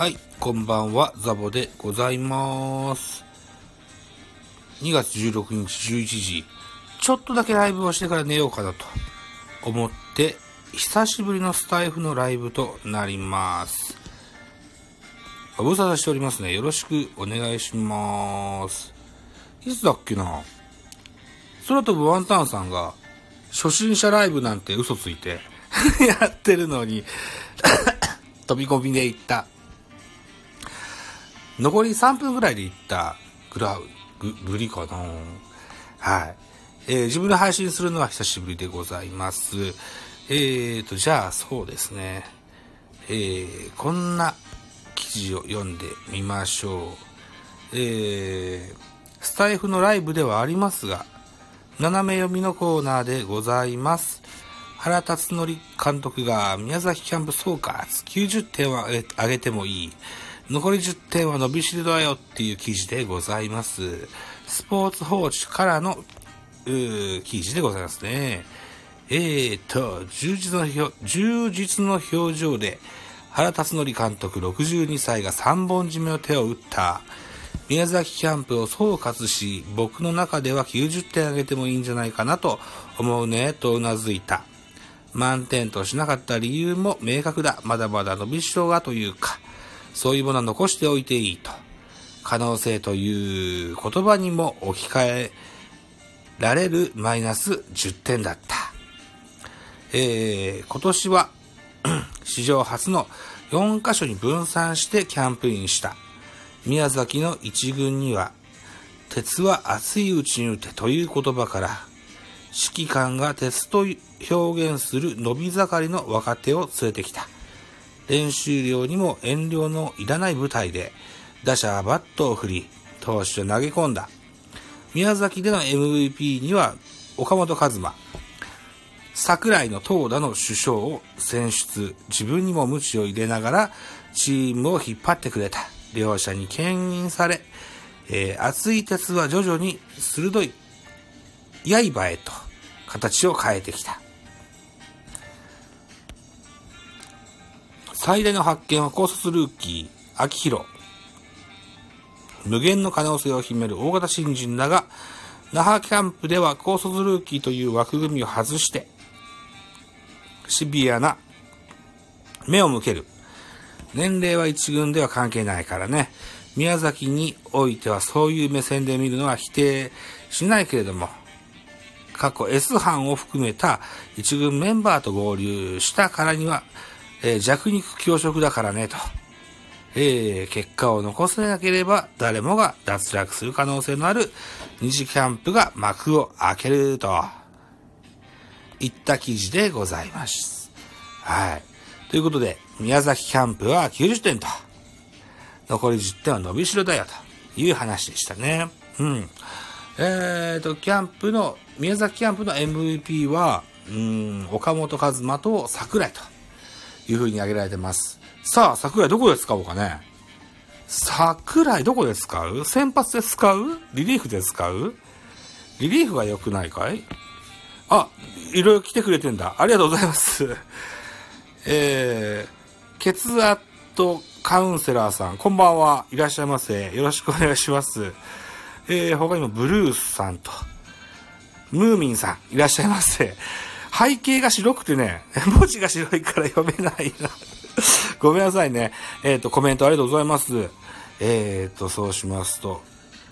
はい、こんばんは、ザボでございます。2月16日11時、ちょっとだけライブをしてから寝ようかなと思って、久しぶりのスタイフのライブとなります。ご無沙汰しておりますね。よろしくお願いします。いつだっけな、空飛ぶワンタンさんが、初心者ライブなんて嘘ついて、やってるのに、飛び込みで行った。残り3分ぐらいで行ったぶりかな。はい。自分で配信するのは久しぶりでございます。じゃあそうですね。こんな記事を読んでみましょう。スタイフのライブではありますが、斜め読みのコーナーでございます。原辰徳監督が宮崎キャンプ総括90点は上げてもいい。残り10点は伸びしろだよっていう記事でございます。スポーツ報知からの記事でございますね。充実の表情で原辰徳監督62歳が3本締めの手を打った。宮崎キャンプを総括し、僕の中では90点上げてもいいんじゃないかなと思うねとうなずいた。満点としなかった理由も明確だ。まだまだ伸びしろがというか、そういうものは残しておいていいと。可能性という言葉にも置き換えられるマイナス10点だった。今年は史上初の4カ所に分散してキャンプインした。宮崎の一軍には、鉄は熱いうちに打てという言葉から、指揮官が鉄と表現する伸び盛りの若手を連れてきた。練習量にも遠慮のいらない舞台で、打者はバットを振り、投手を投げ込んだ。宮崎での MVP には岡本和真、桜井の投打の主将を選出、自分にも鞭を入れながらチームを引っ張ってくれた。両者に牽引され、熱い鉄は徐々に鋭い刃へと形を変えてきた。最大の発見は高卒ルーキー、秋広。無限の可能性を秘める大型新人だが、那覇キャンプでは高卒ルーキーという枠組みを外して、シビアな目を向ける。年齢は一軍では関係ないからね。宮崎においてはそういう目線で見るのは否定しないけれども、過去 S 班を含めた一軍メンバーと合流したからには、弱肉強食だからねと。結果を残せなければ誰もが脱落する可能性のある二次キャンプが幕を開けるといった記事でございます。はい。ということで、宮崎キャンプは90点と、残り10点は伸びしろだよという話でしたね。うん。宮崎キャンプの MVP は、岡本和真と桜井という風に挙げられてます。さあ、桜井どこで使おうかね。桜井どこで使う？先発で使う？リリーフで使う？リリーフが良くないかい？あ、いろいろ来てくれてんだ。ありがとうございます。ケツアットカウンセラーさん、こんばんは。いらっしゃいませ。よろしくお願いします。他にもブルースさんと、ムーミンさん、いらっしゃいませ。背景が白くてね、文字が白いから読めないな。ごめんなさいね。コメントありがとうございます。そうしますと、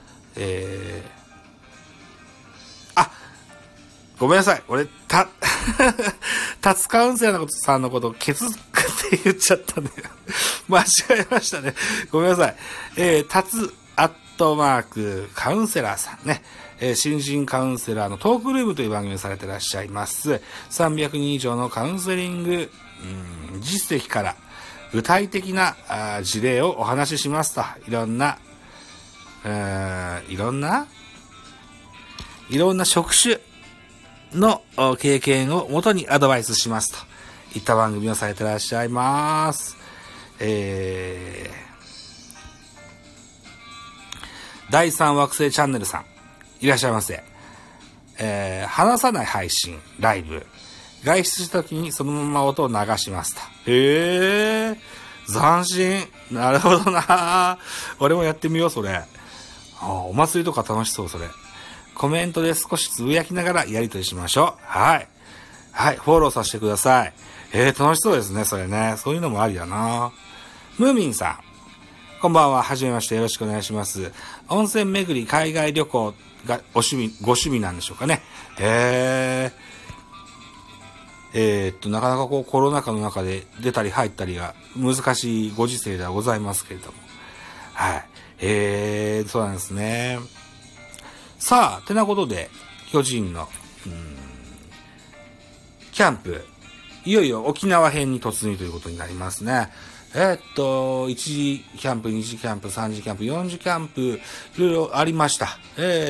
ごめんなさい。俺、タツカウンセラーさんのこと、ケツって言っちゃったね。間違えましたね。ごめんなさい。タツアットマークカウンセラーさんね。新人カウンセラーのトークルームという番組をされていらっしゃいます。300人以上のカウンセリング、実績から具体的な事例をお話ししますと、いろんな職種の経験をもとにアドバイスしますといった番組をされていらっしゃいます。第3惑星チャンネルさん、いらっしゃいませ。話さない配信、ライブ。外出した時にそのまま音を流しますと。 斬新。なるほどな。俺もやってみよう、それ。お祭りとか楽しそう、それ。コメントで少しつぶやきながらやりとりしましょう。はい。はい、フォローさせてください。楽しそうですね、それね。そういうのもありだな。ムーミンさん。こんばんは。はじめまして。よろしくお願いします。温泉巡り、海外旅行がご趣味なんでしょうかね。なかなかこうコロナ禍の中で出たり入ったりが難しいご時世ではございますけれども。はい。そうなんですね。さあ、てなことで、巨人の、キャンプ、いよいよ沖縄編に突入ということになりますね。1次キャンプ、2次キャンプ、3次キャンプ、4次キャンプ、いろいろありました。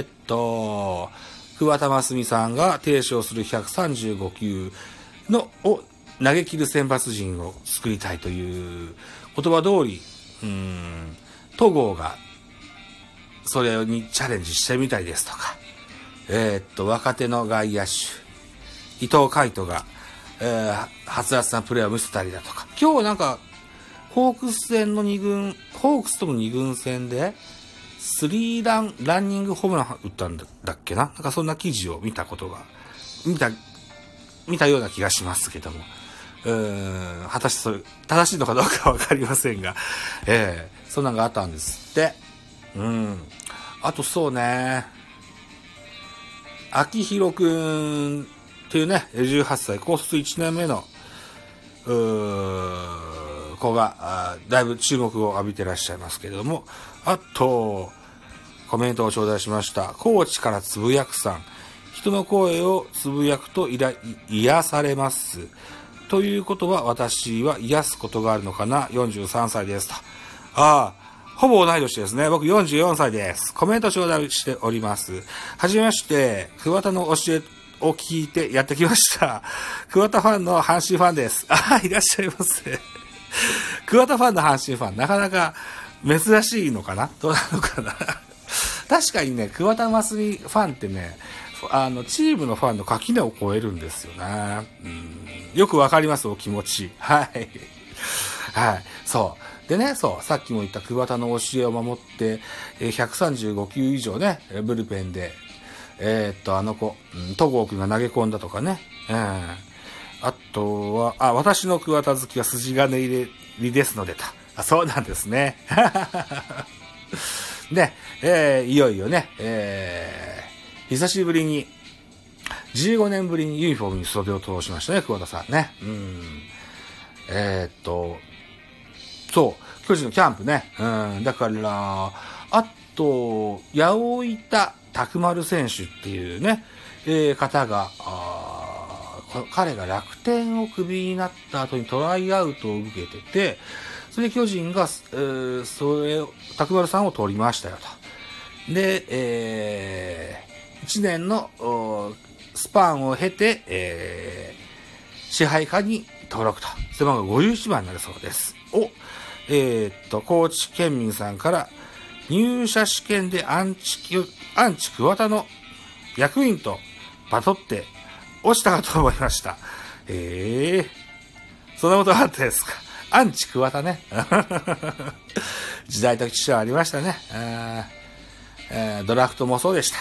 桑田真澄さんが提唱する135球を投げ切る選抜陣を作りたいという言葉通り、戸郷がそれにチャレンジしてみたいですとか、若手の外野手、伊藤海斗が、はつらつなプレーを見せたりだとか、今日なんか、ホークスとの2軍戦で、3ランニングホームラン打ったんだっけな、なんかそんな記事を見たような気がしますけども、果たしてそれ、正しいのかどうかわかりませんが、そんなのがあったんですって。あとそうね、秋広くんっていうね、18歳、高卒1年目の、子が、だいぶ注目を浴びてらっしゃいますけれども、あと、コメントを頂戴しました。コーチからつぶやくさん。人の声をつぶやくと癒されます。ということは、私は癒すことがあるのかな。43歳ですと。ほぼ同い年ですね。僕44歳です。コメント頂戴しております。はじめまして、桑田の教えを聞いてやってきました。桑田ファンの阪神ファンです。いらっしゃいませ。桑田ファンの阪神ファン、なかなか珍しいのかな、どうなのかな。確かにね、桑田真澄ファンってね、チームのファンの垣根を越えるんですよね。よくわかります、お気持ち。はい。はい。そう。でね、さっきも言った桑田の教えを守って、135球以上ね、ブルペンで、戸郷くんが投げ込んだとかね。あとは、私の桑田好きは筋金入りですのでと。そうなんですね。で、いよいよね、久しぶりに、15年ぶりにユニフォームに袖を通しましたね、桑田さんね。そう、巨人のキャンプね。だから、あと、八百板拓丸選手っていうね、方が、彼が楽天をクビになった後にトライアウトを受けてて、それで巨人が、拓丸さんを取りましたよと。で、1年のスパンを経て、支配下に登録と。背番号51番になるそうです。高知県民さんから入社試験でアンチ桑田の役員とバトって落ちたかと思いました。そんなことあったですか。アンチ桑田ね。時代と記者はありましたね。ドラフトもそうでした。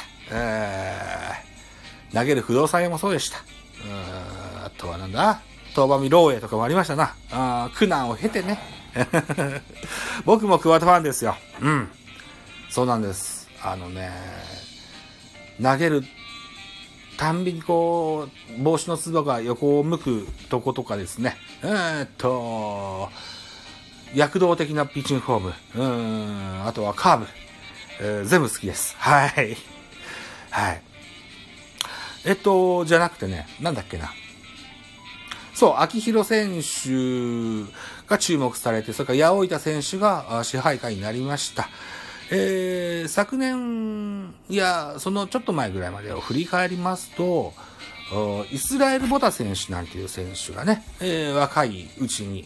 投げる不動産屋もそうでした。あとはなんだ、東馬見漏洩とかもありましたな。苦難を経てね。僕も桑田ファンですよ。そうなんです。投げるたんびにこう、帽子のつばが横を向くとことかですね。躍動的なピッチングフォーム。あとはカーブ。全部好きです。はい。はい。じゃなくてね、なんだっけな。そう、秋広選手が注目されて、それから八百板選手が支配下になりました。昨年、いや、そのちょっと前ぐらいまでを振り返りますと、イスラエル・ボタ選手なんていう選手がね、若いうちに、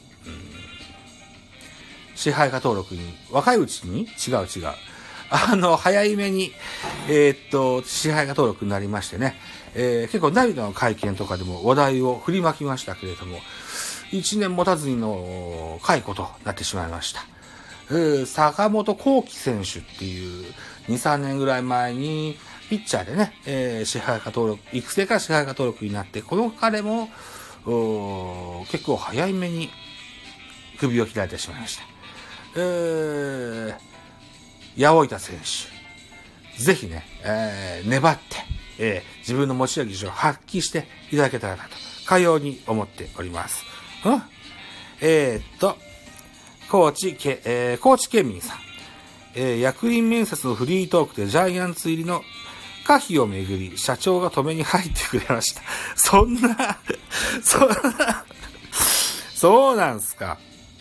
支配下登録に、若いうちに違う。早い目に、支配下登録になりましてね、結構涙の会見とかでも話題を振りまきましたけれども、 1年持たずにの解雇となってしまいました。坂本幸輝選手っていう2、3年ぐらい前にピッチャーでね、支配下登録、育成から支配下登録になって、この彼も結構早い目に首を切られてしまいました。八百板選手、ぜひね、粘って、自分の持ち味を発揮していただけたらなと、かように思っております。高知県民さん、役員面接のフリートークでジャイアンツ入りの可否をめぐり、社長が止めに入ってくれました。そうなんすか。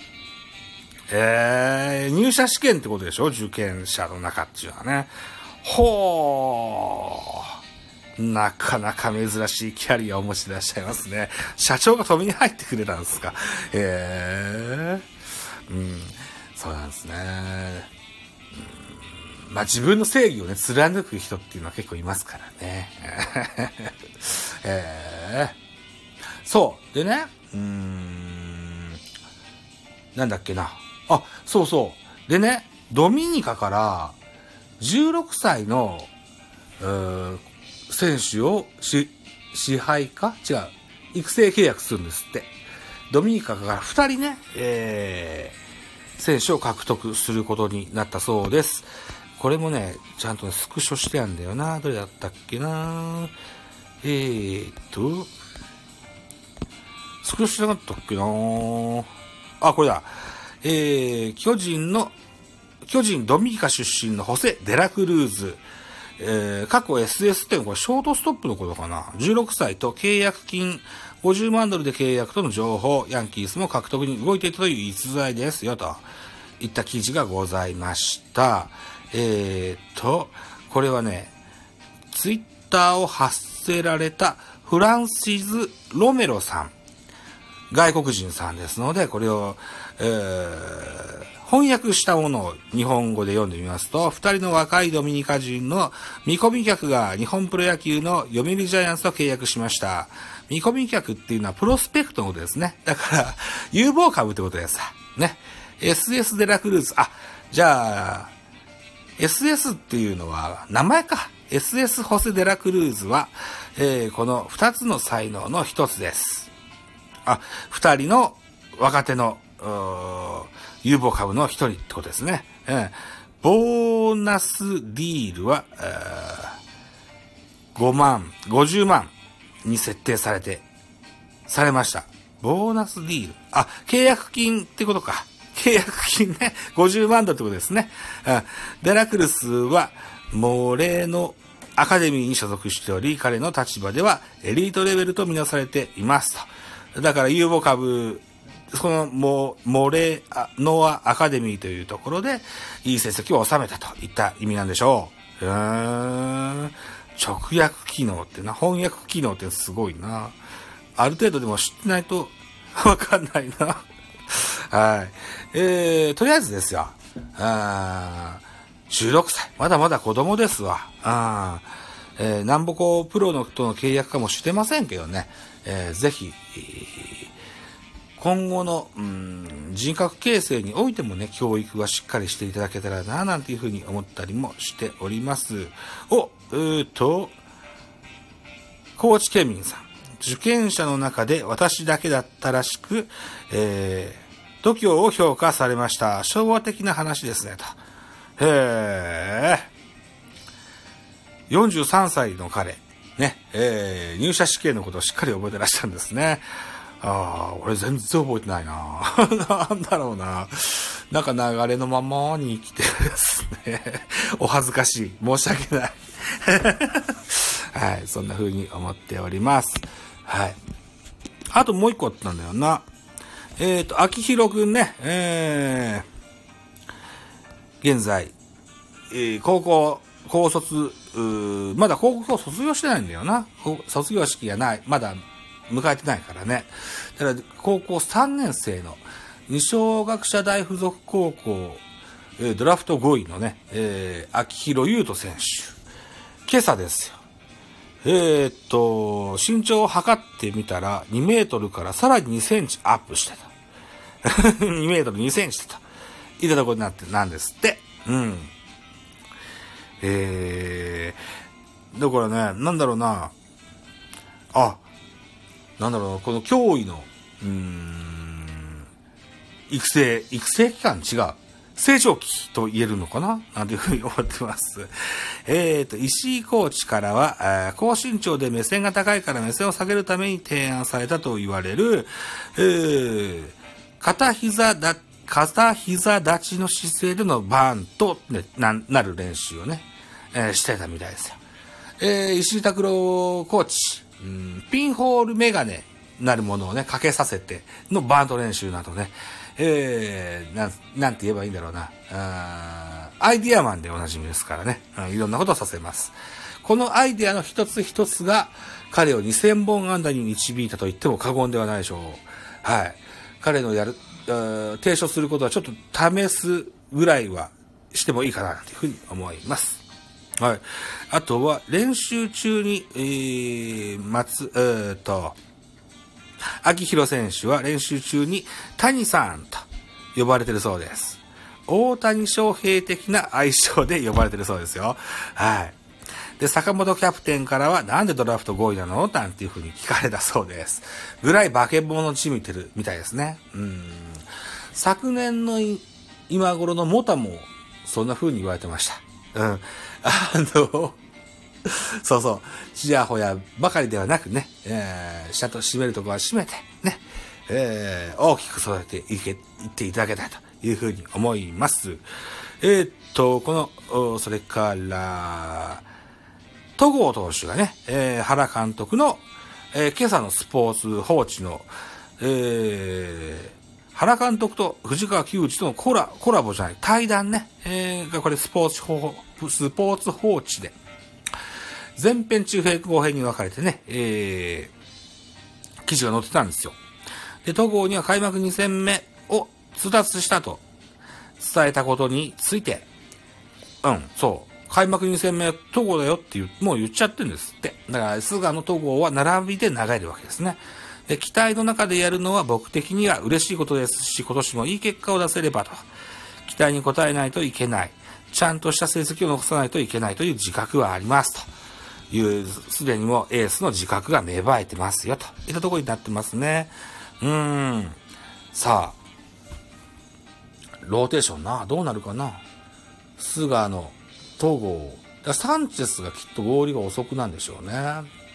入社試験ってことでしょ？受験者の中っていうのはね。なかなか珍しいキャリアをお持ちでいらっしゃいますね。社長が止めに入ってくれたんですか。そうなんですね。自分の正義をね、貫く人っていうのは結構いますからね。そう。でね、なんだっけな。そうそう。でね、ドミニカから16歳の、選手を支配か違う。育成契約するんですって。ドミニカから2人ね、選手を獲得することになったそうです。これもね、ちゃんとスクショしてあるんだよな。どれだったっけな。スクショしてなかったっけな。これだ。巨人ドミニカ出身のホセ・デラクルーズ。過去 SS っていうのはこれショートストップのことかな。16歳と契約金50万ドルで契約との情報、ヤンキースも獲得に動いていたという逸材ですよ、といった記事がございました。これはね、ツイッターを発せられたフランシズ・ロメロさん。外国人さんですので、これを、翻訳したものを日本語で読んでみますと、二人の若いドミニカ人の見込み客が日本プロ野球の読売ジャイアンツと契約しました。見込み客っていうのはプロスペクトのことですね。だから、有望株ってことです。ね。SS デラクルーズ。じゃあ、SS っていうのは名前か。SS ホセデラクルーズは、この二つの才能の一つです。二人の若手の、有望株の一人ってことですね。ボーナスディールは、50万に設定されました。ボーナスディール。契約金ってことか。契約金ね。50万ドルってことですね。デラクルスは、モレーノアカデミーに所属しており、彼の立場ではエリートレベルとみなされていますと。だから有望株、このモレノアアカデミーというところでいい成績を収めたといった意味なんでしょう。直訳機能って翻訳機能ってすごいな。ある程度でも知ってないとわかんないな。はい。とりあえずですよ。16歳。まだまだ子供ですわ。なんぼこプロのとの契約かもしてませんけどね。ぜひ、今後の、人格形成においてもね、教育はしっかりしていただけたらな、なんていうふうに思ったりもしております。高知県民さん。受験者の中で私だけだったらしく、度胸を評価されました。昭和的な話ですね、と。43歳の彼、ね、入社試験のことをしっかり覚えてらっしゃるんですね。俺全然覚えてないな。なんだろうな。なんか流れのままに生きてるですね。お恥ずかしい。申し訳ない。はい、そんな風に思っております。はい。あともう一個あったんだよな。秋広くんね、現在、高卒、まだ高校卒業してないんだよな。卒業式がない。まだ迎えてないからね。だから高校3年生の二松学舎大附属高校、ドラフト5位のね、秋広優斗選手。今朝ですよ。 身長を測ってみたら2メートルからさらに2センチアップしてた。2メートル2センチといったところになってなんですって。うん。だからね、なんだろうな。なんだろうな、この驚異の、育成期間違う。成長期と言えるのかななんていうふうに思ってます。石井コーチからは、高身長で目線が高いから目線を下げるために提案されたと言われる、片膝立ちの姿勢でのバーンと、ね、なる練習をね、してたみたいですよ。石井拓郎コーチ、ピンホールメガネなるものをね、かけさせてのバーンと練習などね、なんて言えばいいんだろうな。アイディアマンでおなじみですからね。いろんなことをさせます。このアイディアの一つ一つが彼を2000本安打に導いたと言っても過言ではないでしょう。はい。彼の提唱することはちょっと試すぐらいはしてもいいかなというふうに思います。はい。あとは練習中に、秋広選手は練習中に谷さんと呼ばれてるそうです。大谷翔平的な愛称で呼ばれてるそうですよ。はい。で、坂本キャプテンからはなんでドラフト5位なのなんていう風に聞かれたそうです。ぐらい化け物の血見てるみたいですね。昨年の今頃のモタもそんな風に言われてました。そうそう。ちやほやばかりではなくね、ちゃんと締めるところは締めて、ね、大きく育てていっていただけたいというふうに思います。それから、戸郷投手がね、原監督の、今朝のスポーツ報知の、原監督と藤川球児とのコラボじゃない、対談ね、がこれスポーツ報知で、前編中編後編に分かれてね、記事が載ってたんですよ。で、戸郷には開幕2戦目を通達したと伝えたことについて、そう。開幕2戦目戸郷だよってもう言っちゃってるんですって。だから、菅野戸郷は並びで流れるわけですね。で、期待の中でやるのは僕的には嬉しいことですし、今年もいい結果を出せればと。期待に応えないといけない。ちゃんとした成績を残さないといけないという自覚はありますという、すでにもエースの自覚が芽生えてますよといったところになってますね。さあ、ローテーションな、どうなるかな。菅野、戸郷、サンチェスがきっと合流が遅くなんでしょうね。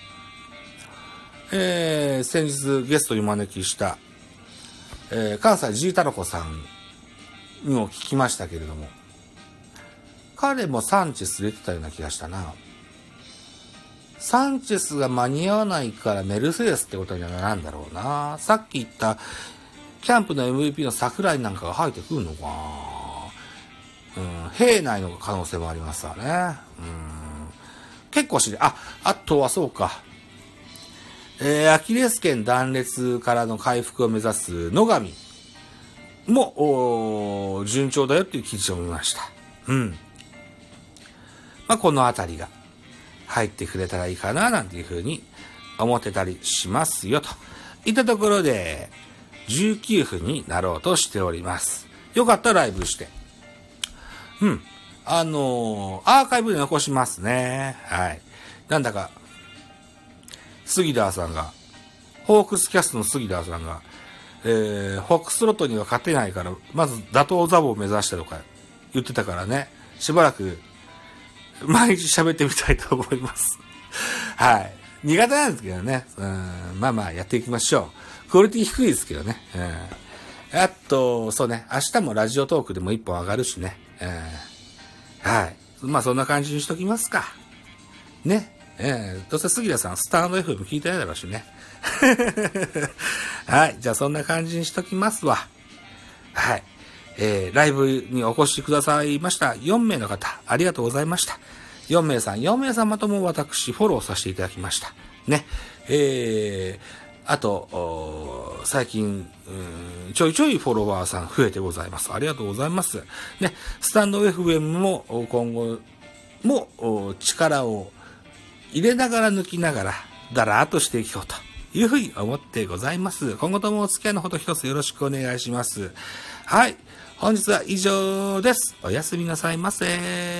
先日ゲストに招きした、関西 G 太郎子さんにも聞きましたけれども、彼もサンチェス入れてたような気がしたな。サンチェスが間に合わないからメルセデスってことにはなんだろうな。さっき言ったキャンプの MVP の桜井なんかが入ってくるのかな。兵内の可能性もありますわね。結構あとはそうか。アキレス腱断裂からの回復を目指す野上も順調だよっていう記事を見ました。このあたりが入ってくれたらいいかななんていうふうに思ってたりしますよといったところで19分になろうとしております。よかったらライブして。アーカイブで残しますね。はい。なんだか、杉田さんが、ホークスキャストの杉田さんが、フォックストロットには勝てないから、まず打倒ザボを目指してとか言ってたからね、しばらく、毎日喋ってみたいと思います。はい。苦手なんですけどね。やっていきましょう。クオリティ低いですけどね。あと、そうね、明日もラジオトークでも一本上がるしね。はい。そんな感じにしときますか。ね。どうせ杉田さん、スタンド FM 聞いてないだろうしね。はい。じゃあそんな感じにしときますわ。はい。ライブにお越しくださいました4名の方、ありがとうございました。4名様とも私、フォローさせていただきました。ね。あと、最近、ちょいちょいフォロワーさん増えてございます。ありがとうございます。ね。スタンド FM も今後も力を入れながら抜きながら、だらーっとしていこうというふうに思ってございます。今後ともお付き合いのほど一つよろしくお願いします。はい。本日は以上です。おやすみなさいませ。